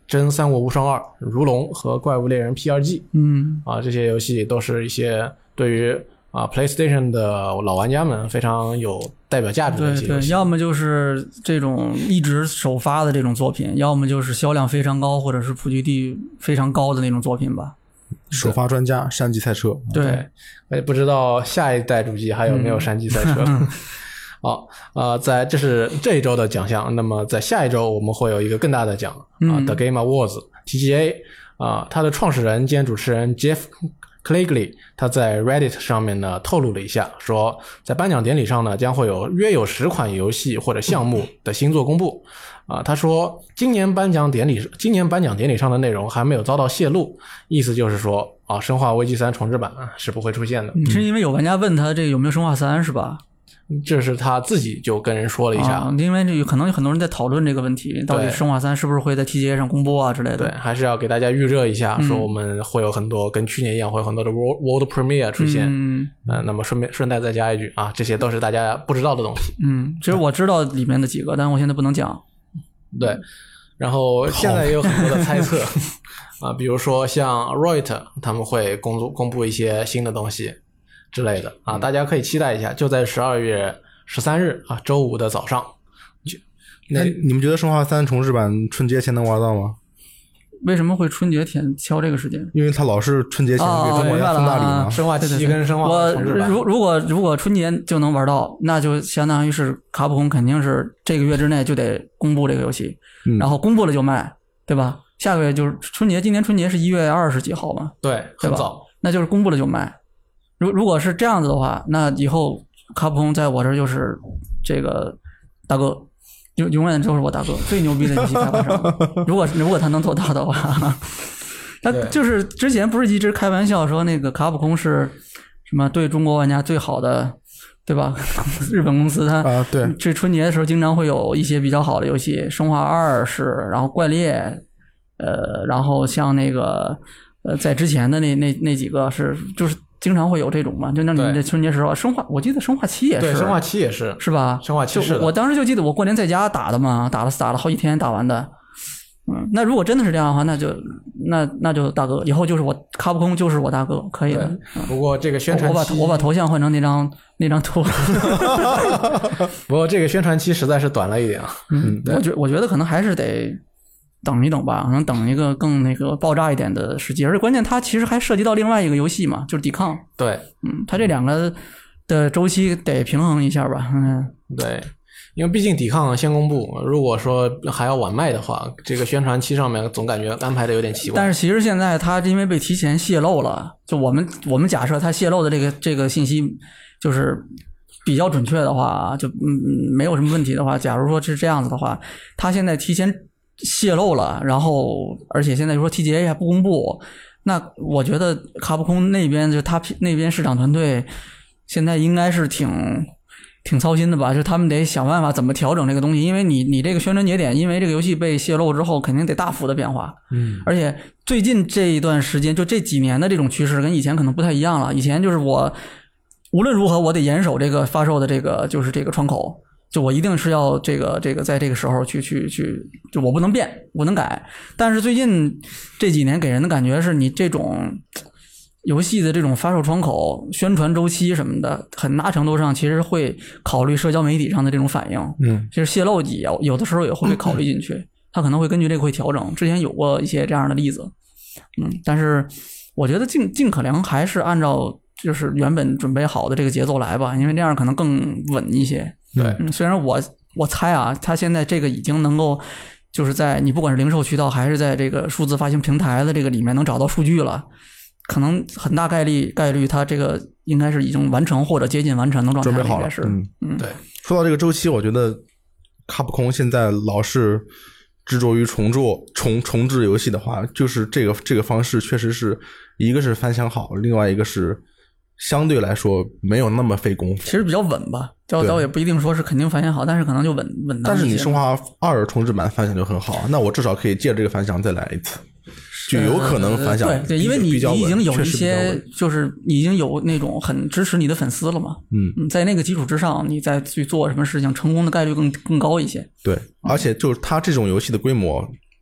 真三国无双2、如龙和怪物猎人 PRG。这些游戏都是一些对于PlayStation 的老玩家们非常有代表价值的一些游戏。 对，要么就是这种一直首发的这种作品，要么就是销量非常高或者是普及率非常高的那种作品吧。 首发专家山脊赛车。 对， 不知道下一代主机还有没有山脊赛车。好，这是这一周的奖项。那么在下一周我们会有一个更大的奖The Game Awards TGA 它的创始人兼主持人 Jeff Quigley 他在 Reddit 上面呢透露了一下，说在颁奖典礼上呢将会约有10款游戏或者项目的新作公布。他说今年颁奖典礼上的内容还没有遭到泄露，意思就是说生化危机3重置版是不会出现的。 是因为有玩家问他这个有没有生化3是吧？ 这是他自己就跟人说了一下， 因为这可能有很多人在讨论这个问题，到底生化3是不是会在 TGA 上公布之类的。 对，还是要给大家预热一下，说我们会有很多跟去年一样会有很多的 World Premiere 出现。那么顺带再加一句这些都是大家不知道的东西。 其实我知道里面的几个，但我现在不能讲。 对，然后现在也有很多的猜测比如说像 Reuters 他们会公布一些新的东西之类的大家可以期待一下，就在12月13日周五的早上。 那你们觉得生化3重置版春节前能玩到吗？ 为什么会春节前挑这个时间？ 因为他老是春节前给中国人送大礼嘛。 生化7跟生化重置版。 如果春节就能玩到，那就相当于是卡普空肯定是这个月之内就得公布这个游戏，然后公布了就卖，对吧？下个月就是春节，今年春节是1月20几号嘛？ 对，很早， 那就是公布了就卖。如果是这样子的话，那以后卡普空在我这儿就是这个大哥，永远就是我大哥，最牛逼的游戏开发商。如果他能做到的话，他就是之前不是一直开玩笑说那个卡普空是什么对中国玩家最好的，对吧？日本公司他对， 这春节的时候经常会有一些比较好的游戏，生化2是，然后怪猎，然后像那个在之前的那几个就是经常会有这种嘛，就那你的春节时候，我记得生化7也是， 对，生化7也是， 是吧？ 生化7是， 我当时就记得我过年在家打的嘛，打了好几天打完的。那如果真的是这样的话，那就大哥，以后就是我卡普空就是我大哥，可以的。 不过这个宣传期， 我把头像换成那张图。 不过这个宣传期实在是短了一点我觉得可能还是得等一等吧，可能等一个更爆炸一点的时机，而且关键它其实还涉及到另外一个游戏嘛，就是抵抗。 对， 它这两个的周期得平衡一下吧。 对，因为毕竟抵抗先公布，如果说还要晚卖的话，这个宣传期上面总感觉安排的有点奇怪。 但是其实现在它因为被提前泄露了，就我们假设它泄露的这个信息就是比较准确的话，就没有什么问题的话，假如说是这样子的话，它现在提前泄露了，然后而且现在说 TGA 还不公布，那我觉得卡普空那边就他那边市场团队现在应该是挺操心的吧，就他们得想办法怎么调整这个东西，因为你这个宣传节点，因为这个游戏被泄露之后肯定得大幅的变化。而且最近这一段时间就这几年的这种趋势跟以前可能不太一样了，以前就是我无论如何我得严守这个发售的这个就是这个窗口，就我一定是要这个在这个时候去就我不能变，我能改。但是最近这几年给人的感觉是你这种游戏的这种发售窗口、宣传周期什么的，很大程度上其实会考虑社交媒体上的这种反应。其实泄露有的时候也会被考虑进去，他可能会根据这个会调整。之前有过一些这样的例子。但是我觉得尽可能还是按照就是原本准备好的这个节奏来吧，因为这样可能更稳一些。 对， 虽然我猜他现在这个已经能够就是在你不管是零售渠道还是在这个数字发行平台的这个里面能找到数据了，可能很大概率他这个应该是已经完成或者接近完成的状态， 准备好了。 对。 说到这个周期，我觉得卡普空现在老是执着于重置游戏的话，就是这个方式确实是一个是反响好，另外一个是相对来说没有那么费功夫， 其实比较稳吧，倒也不一定说是肯定反响好，但是可能就稳当一些。 但是你生化2重置版反响就很好，那我至少可以借这个反响再来一次，就有可能反响对，因为你已经有一些就是你已经有那种很支持你的粉丝了嘛，在那个基础之上你再去做什么事情，成功的概率更高一些。 对，而且就是它这种游戏的规模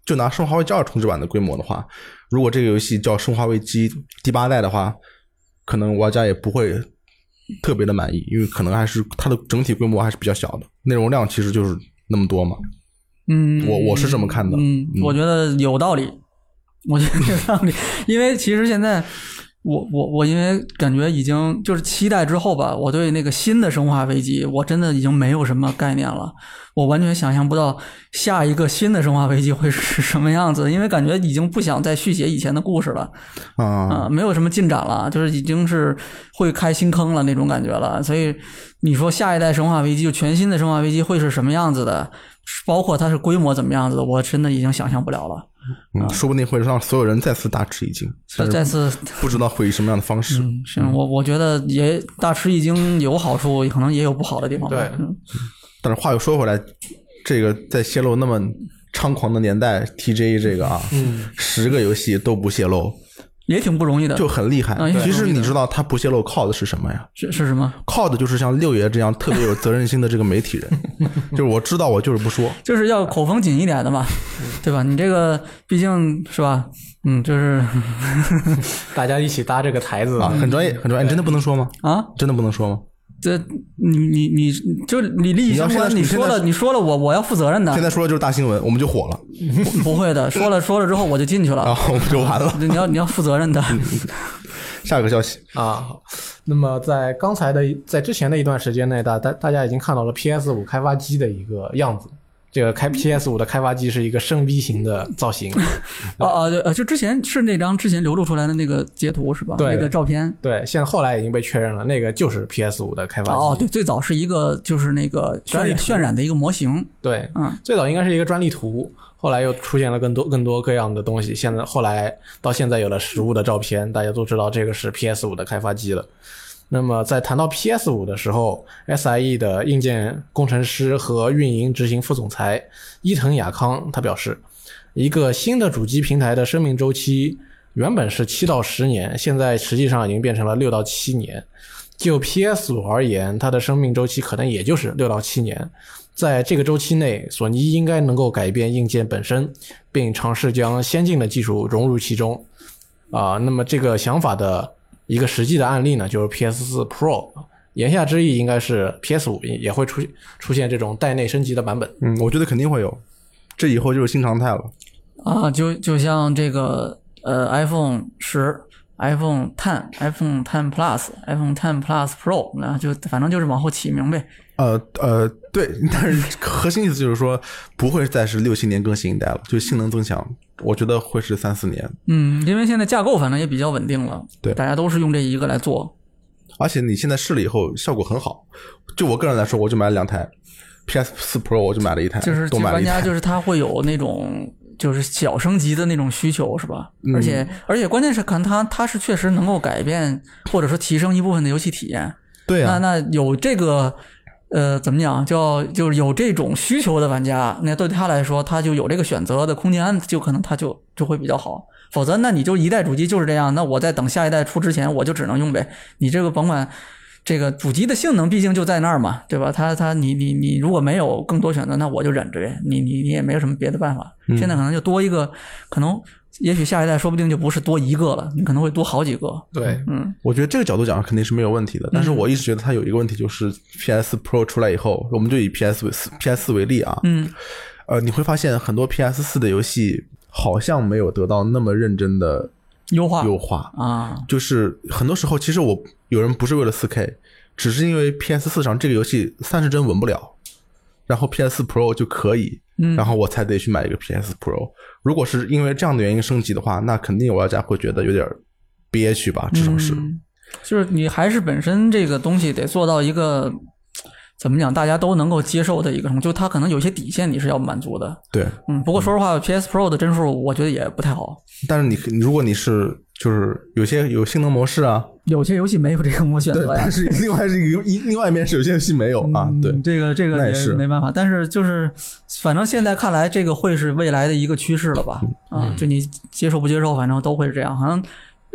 就拿《生化危机2》重置版的规模的话，如果这个游戏叫《生化危机》第8代的话，可能玩家也不会特别的满意，因为可能还是它的整体规模还是比较小的，内容量其实就是那么多嘛。我是这么看的。 我觉得有道理，我觉得有道理，因为其实现在我因为感觉已经就是7代之后吧，我对那个新的生化危机我真的已经没有什么概念了，我完全想象不到下一个新的生化危机会是什么样子，因为感觉已经不想再续写以前的故事了没有什么进展了，就是已经是会开新坑了那种感觉了，所以你说下一代生化危机就全新的生化危机会是什么样子的，包括它是规模怎么样子的，我真的已经想象不了了。 说不定会让所有人再次大吃一惊， 再次不知道会以什么样的方式。 我觉得也大吃一惊有好处，可能也有不好的地方。 对， 但是话又说回来，这个在泄露那么猖狂的年代 ，TGA 这个10个游戏都不泄露， 也挺不容易的， 就很厉害。其实你知道他不泄露靠的是什么呀？ 是什么？ 靠的就是像六爷这样特别有责任心的这个媒体人，就是我知道我就是不说， 就是要口风紧一点的嘛，对吧？你这个毕竟是吧，就是大家一起搭这个台子很专业，很专业。你真的不能说吗？真的不能说吗？ 这你就你利益相关，你说了我要负责任的。 现在说的就是大新闻，我们就火了。 不会的，说了之后我就进去了， 我们就完了。 你要负责任的。 下个消息那么在之前的一段时间内，大家已经看到了 PS5 开发机的一个样子。这个PS5 的开发机是一个深 V 型的造型。 就之前是那张之前流露出来的那个截图是吧？ 对， 那个照片。 对，现在后来已经被确认了，那个就是 PS5 的开发机。 对，最早是一到就是那个渲染的一个模型。 对，最早应该是一个专利图，后来又出现了更多各样的东西。后来到现在有了实物的照片，大家都知道这个是 PS5 的开发机了。那么在谈到 PS5 的时候， SIE 的硬件工程师和运营执行副总裁伊藤雅康他表示，一个新的主机平台的生命周期原本是7到10年，现在实际上已经变成了6到7年。就 PS5 而言，它的生命周期可能也就是6到7年。在这个周期内，索尼应该能够改变硬件本身，并尝试将先进的技术融入其中。那么这个想法的一个实际的案例呢，就是 PS4 Pro， 言下之意应该是 PS5 也会出现这种带内升级的版本。 我觉得肯定会有，这以后就是新常态了。 就像这个iPhone 10、iPhone X、iPhone X Plus、iPhone X Plus Pro， 那就反正就是往后起名呗。 对，但是核心意思就是说，不会再是6-7年更新一代了，就性能增强，我觉得会是3-4年。 因为现在架构反正也比较稳定了， 对， 大家都是用这一个来做。 而且你现在试了以后，效果很好。就我个人来说，我就买了2台 ，PS4 Pro 我就买了1台， 就是都买了1台。 玩家就是他会有那种就是小升级的那种需求，是吧？而且关键是看它是确实能够改变或者说提升一部分的游戏体验。 对啊， 那有这个。怎么讲？就是有这种需求的玩家，那对他来说，他就有这个选择的空间，就可能他就会比较好。否则，那你就一代主机就是这样，那我在等下一代出之前，我就只能用呗。你这个甭管这个主机的性能，毕竟就在那儿嘛，对吧？你如果没有更多选择，那我就忍着呗。你也没有什么别的办法。现在可能就多一个，可能。也许下一代说不定就不是多一个了，你可能会多好几个。 对， 我觉得这个角度讲肯定是没有问题的，但是我一直觉得它有一个问题，就是 PS Pro 出来以后，我们就以 PS4 为例啊，你会发现很多 PS4 的游戏好像没有得到那么认真的优化啊， 就是很多时候其实有人不是为了 4K， 只是因为 PS4 上这个游戏30帧稳不了，然后 PS4 Pro 就可以。然后我才得去买一个 PS Pro。如果是因为这样的原因升级的话，那肯定玩家会觉得有点憋屈吧，至少是。 就是你还是本身这个东西得做到一个怎么讲，大家都能够接受的一个，就它可能有些底线你是要满足的。 对， 不过说实话，PS Pro 的帧数我觉得也不太好。 但是如果你是就是有性能模式啊， 有些游戏没有这个模选择呀。 但是另外一面是有些游戏没有啊。对， 这个也没办法。但是就是反正现在看来，这个会是未来的一个趋势了吧？就你接受不接受，反正都会是这样。好像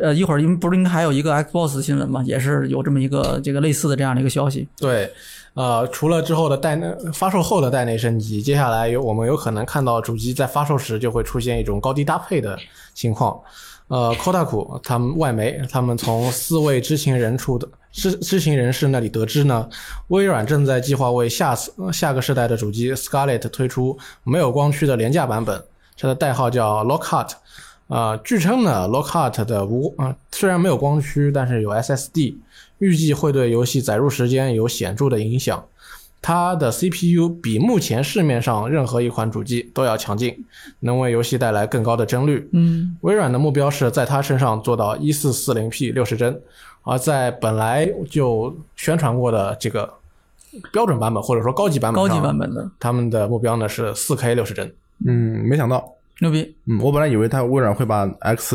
一会儿不是应该还有一个 Xbox 的新闻吗？也是有这么一个这个类似的这样的一个消息。 对，除了之后的发售后的代内升级，接下来我们有可能看到主机在发售时就会出现一种高低搭配的情况。Kotaku 他们外媒他们从4位知情人士那里得知呢，微软正在计划为下个世代的主机 Scarlett 推出没有光驱的廉价版本，它的代号叫 Lockhart。据称呢 Lockhart 的虽然没有光驱，但是有 SSD， 预计会对游戏载入时间有显著的影响。它的 CPU 比目前市面上任何一款主机都要强劲，能为游戏带来更高的帧率。微软的目标是在它身上做到 1440p 60帧，而在本来就宣传过的这个标准版本或者说高级版本的， 他们的目标呢是 4K 60帧。 没想到， 牛逼。 我本来以为微软会把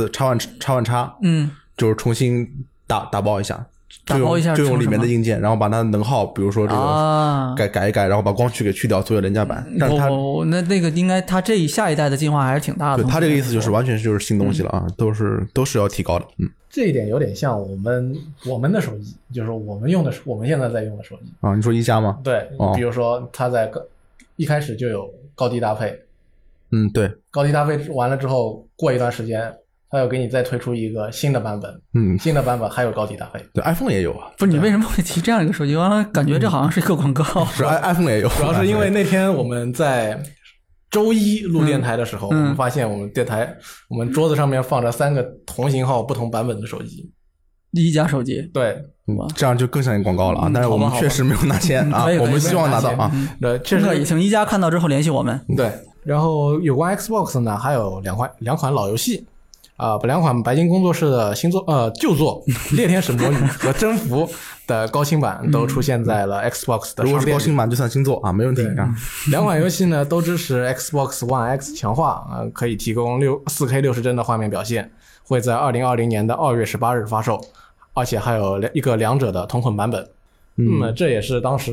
X1X 就是重新打包一下。就用里面的硬件，然后把它的能耗比如说这个改一改，然后把光驱给去掉，做廉价版。但是它那个应该它下一代的进化还是挺大的。 对，它这个意思就是完全就是新东西了啊，都是要提高的。 这一点有点像我们的手机，就是我们现在在用的手机啊。你说一加吗？ 对，比如说它在一开始就有高低搭配。 对， 高低搭配完了之后，过一段时间它要给你再推出一个新的版本，新的版本还有高低搭配。 对 ，iPhone 也有啊。 不是，你为什么会提这样一个手机？我感觉这好像是一个广告。 是 iPhone 也有， 主要是因为那天我们在周一录电台的时候，我们发现我们桌子上面放着3个同型号不同版本的手机， 一加手机。 对， 这样就更像一个广告了啊。但是我们确实没有拿钱啊，我们希望拿到啊。 对，确实。 请一加看到之后联系我们。 对，然后有关 Xbox 呢，还有两款老游戏。2款白金工作室的旧作《猎天使魔女》和《征服》的高清版都出现在了 Xbox 的商店里。 如果是高清版就算新作啊，没问题啊。 2款游戏呢都支持 Xbox One X 强化，可以提供4K 60帧的画面表现，会在2020年的2月18日发售，而且还有一个两者的同捆版本。这也是当时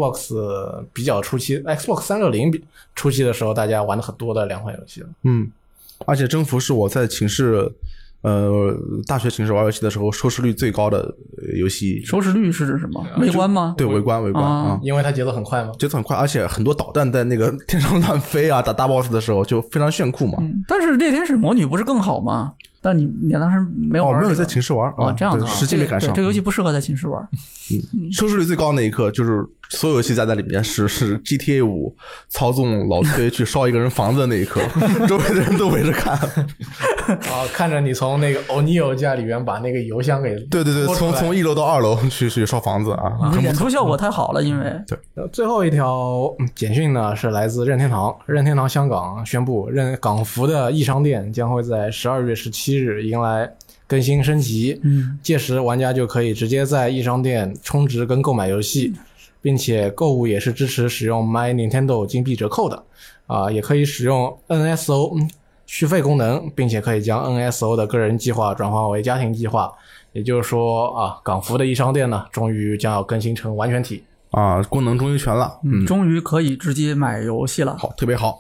Xbox 比较初期 Xbox 360初期的时候大家玩的很多的2款游戏了。 而且征服是我在寝室大学寝室玩游戏的时候收视率最高的游戏。 收视率是指什么？围观吗？ 对，围观啊， 因为它节奏很快吗？ 节奏很快，而且很多导弹在那个天上乱飞啊，打大 boss 的时候就非常炫酷嘛。 但是猎天使魔女不是更好吗？但你当时没有玩， 没有在寝室玩这样子， 实际没赶上。 这个游戏不适合在寝室玩。 收视率最高的那一刻，就是所有游戏加在里面是 GTA 5操纵老崔去烧一个人房子的那一刻，周围的人都围着看。 看着你从那个欧尼欧家里面把那个油箱给对，从1楼到2楼去烧房子啊， 演出效果太好了，因为对。 最后一条简讯呢是来自任天堂香港宣布，港服的异商店将会在12月17日迎来更新升级，届时玩家就可以直接在异商店充值跟购买游戏，并且购物也是支持使用 My Nintendo 金币折扣的也可以使用 NSO 续费功能，并且可以将 NSO 的个人计划转换为家庭计划。也就是说港服的异商店呢终于将要更新成完全体功能终于全了， 终于可以直接买游戏了。 好，特别好。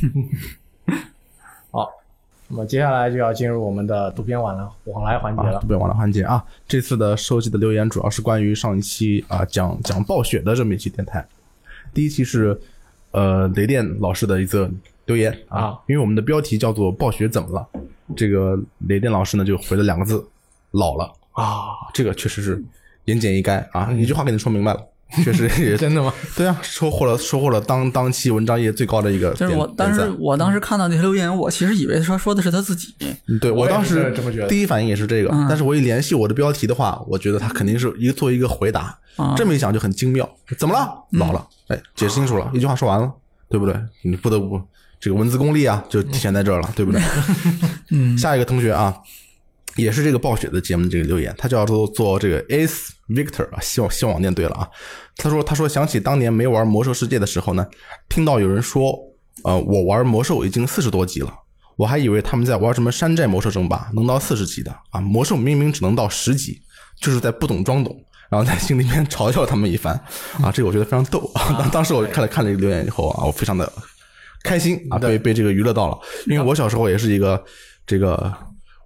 好，那么接下来就要进入我们的读编往来环节了。 读编往来环节啊，这次的收集的留言主要是关于上一期讲暴雪的这么一期电台。第一期是雷电老师的一则留言因为我们的标题叫做暴雪怎么了，这个雷电老师呢就回了2个字，老了这个确实是言简意赅一句话给你说明白了。确实也真的吗？ 对啊，收获了当期文章页最高的一个点。 就是我当时看到那些留言，我其实以为说的是他自己。 对，我当时第一反应也是这个，但是我一联系我的标题的话，我觉得他肯定是做一个回答。这么一想就很精妙。怎么了？老了。解释清楚了，一句话说完了，对不对？你不得不这个文字功力就体现在这儿了，对不对？下一个同学也是这个暴雪的节目的这个留言，他叫做这个 Ace Victor 希望我念对了他说想起当年没玩魔兽世界的时候呢，听到有人说我玩魔兽已经40多级了，我还以为他们在玩什么山寨魔兽争霸能到40级的魔兽明明只能到10级，就是在不懂装懂，然后在心里面嘲笑他们一番这个我觉得非常逗当时我看了这个留言以后我非常的开心被这个娱乐到了，因为我小时候也是一个这个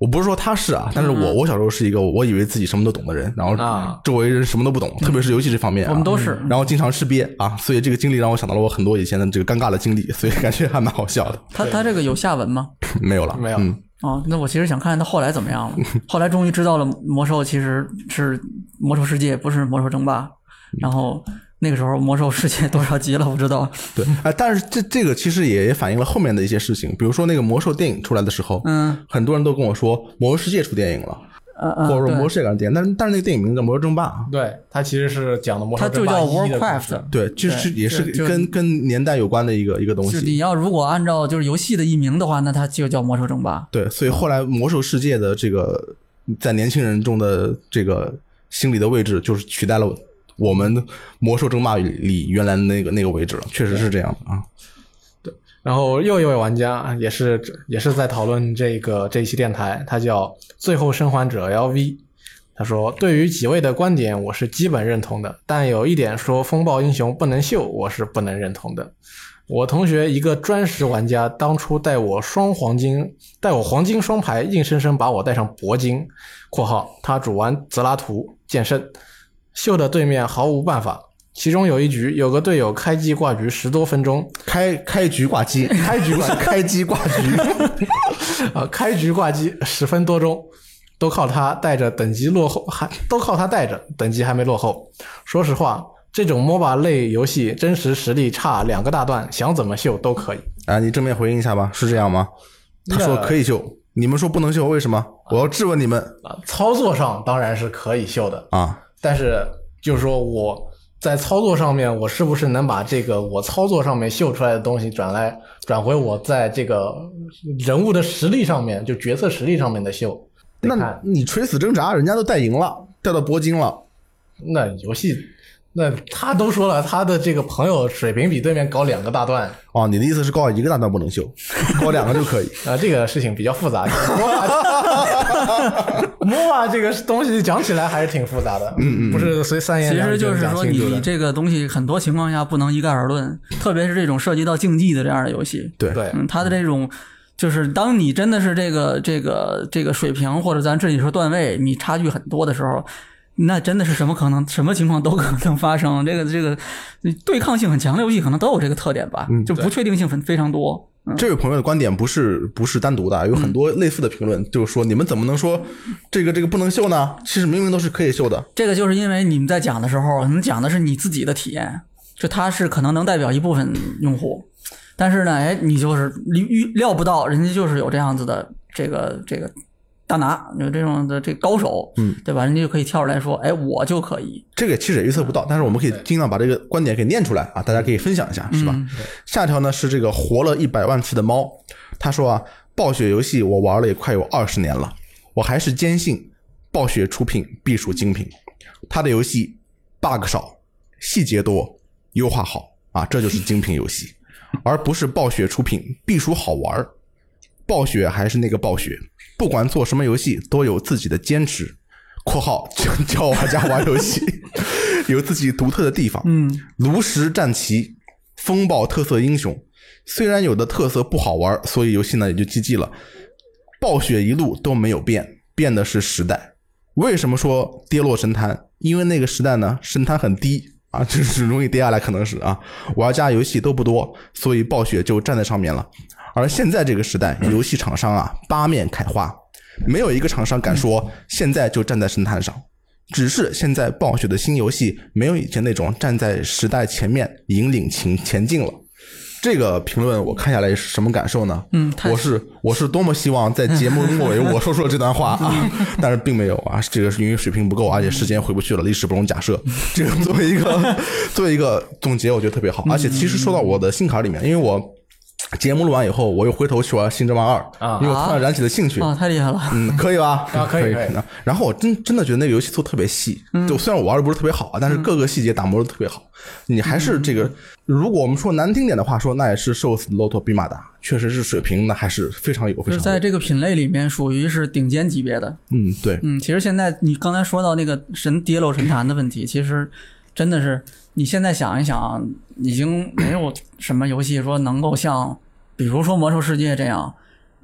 我不是说他是啊，但是我小时候是一个我以为自己什么都懂的人，然后周围人什么都不懂，特别是游戏这方面啊， 我们都是， 然后经常吃瘪啊，所以这个经历让我想到了我很多以前的这个尴尬的经历，所以感觉还蛮好笑的。 他这个有下文吗？ 没有了， 没有。 哦，那我其实想看看他后来怎么样了。后来终于知道了魔兽其实是魔兽世界，不是魔兽争霸。然后那个时候魔兽世界多少级了不知道。 对，但是这个其实也反映了后面的一些事情，比如说那个魔兽电影出来的时候，很多人都跟我说魔兽世界出电影了。或者说魔兽世界电影，但是那个电影名叫魔兽争霸。 对，它其实是讲的魔兽争霸它就叫 Warcraft。 对，就是也是跟年代有关的一个东西。 你要如果按照就是游戏的译名的话，那它就叫魔兽争霸。 对，所以后来魔兽世界的这个在年轻人中的这个心理的位置，就是取代了我们魔兽争霸里原来的那个位置了，确实是这样的啊。 对，然后又一位玩家也是在讨论这一期电台，他叫最后生还者 LV。他说，对于几位的观点我是基本认同的，但有一点说风暴英雄不能秀，我是不能认同的。我同学一个专实玩家当初带我黄金双排，硬生生把我带上铂金（括号他主玩泽拉图剑圣），秀的对面毫无办法。其中有一局，有个队友开机挂局10多分钟， 开局挂机，开机挂局， 开局挂机10分多钟，都靠他带着，等级还没落后。说实话，这种 MOBA 类游戏真实实力差2个大段，想怎么秀都可以。 你正面回应一下吧，是这样吗？他说可以秀，你们说不能秀，为什么？我要质问你们。 操作上当然是可以秀的啊， 但是就是说我在操作上面，我是不是能把这个我操作上面秀出来的东西转回我在这个人物的实力上面，就角色实力上面的秀？ 那你垂死挣扎，人家都带赢了，带到铂金了。 那游戏，那他都说了，他的这个朋友水平比对面高2个大段。 哦，你的意思是高1个大段不能秀，高2个就可以？ 这个事情比较复杂。MOBA 这个东西讲起来还是挺复杂的，不是随3言2语就讲清楚的。 其实就是说，你这个东西很多情况下不能一概而论，特别是这种涉及到竞技的这样的游戏。 对， 它的这种。就是当你真的是这个水平，或者咱这里说段位，你差距很多的时候，那真的是什么情况都可能发生。这个对抗性很强的游戏可能都有这个特点吧，就不确定性非常多。 这位朋友的观点不是单独的，有很多类似的评论，就是说你们怎么能说这个不能秀呢？其实明明都是可以秀的。 这个就是因为你们在讲的时候，可能讲的是你自己的体验，就它是可能能代表一部分用户。但是呢，你就是料不到人家就是有这样子的这个大拿，有这种的这个高手，对吧？人家就可以跳出来说，我就可以。 这个其实也预测不到，但是我们可以尽量把这个观点给念出来啊，大家可以分享一下，是吧？下一条呢是这个活了100万次的猫，他说啊，暴雪游戏我玩了也快有20年了，我还是坚信暴雪出品必属精品，他的游戏 bug 少，细节多，优化好啊，这就是精品游戏。而不是暴雪出品必属好玩。暴雪还是那个暴雪，不管做什么游戏都有自己的坚持（括号教玩家玩游戏）有自己独特的地方。炉石战旗，风暴特色英雄，虽然有的特色不好玩，所以游戏呢也就 GG 了。暴雪一路都没有变，变的是时代。为什么说跌落神坛？因为那个时代呢神坛很低啊，就是容易跌下来，可能是啊，玩家游戏都不多，所以暴雪就站在上面了。而现在这个时代，游戏厂商啊八面开花，没有一个厂商敢说现在就站在神坛上。只是现在暴雪的新游戏没有以前那种站在时代前面引领前进了。这个评论我看下来是什么感受呢？我是多么希望在节目末尾我说出了这段话啊，但是并没有啊，这个是因为水平不够，而且时间回不去了，历史不容假设。这个作为一个总结，我觉得特别好。而且其实说到我的心坎里面，因为我节目录完以后，我又回头去玩《新征完2》因为我突然燃起了兴趣。 太厉害了。 可以吧？ 可以。 然后我真的觉得那个游戏做特别细，就虽然我玩的不是特别好，但是各个细节打磨的特别好。你还是这个，如果我们说难听点的话说，那也是瘦死的骆驼比马大，确实是水平那还是非常有。 就是在这个品类里面属于是顶尖级别的。 对。 其实现在你刚才说到那个跌落神坛的问题，其实真的是你现在想一想，已经没有什么游戏说能够像比如说魔兽世界这样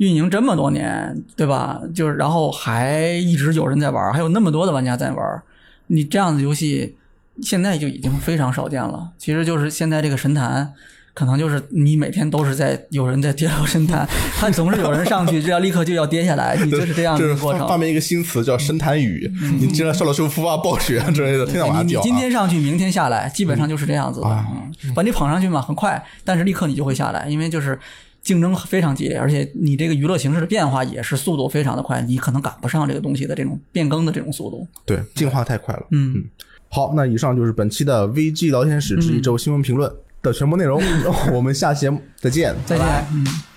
运营这么多年，对吧？就是然后还一直有人在玩，还有那么多的玩家在玩，你这样的游戏现在就已经非常少见了。其实就是现在这个神坛，可能就是你每天都是有人在跌落神坛，他总是有人上去，这要立刻就要跌下来，你就是这样的一个过程。 发明一个新词叫神坛雨，你经常受了修复啊、暴雪啊之类的，天天往下掉。 你今天上去，明天下来，基本上就是这样子的。把你捧上去嘛，很快，但是立刻你就会下来，因为就是竞争非常激烈，而且你这个娱乐形式的变化也是速度非常的快，你可能赶不上这个东西的这种变更的这种速度。 对，进化太快了。好，那以上就是本期的 VG 聊天室之一周新闻评论的全部内容。我们下期节目再见， 再见。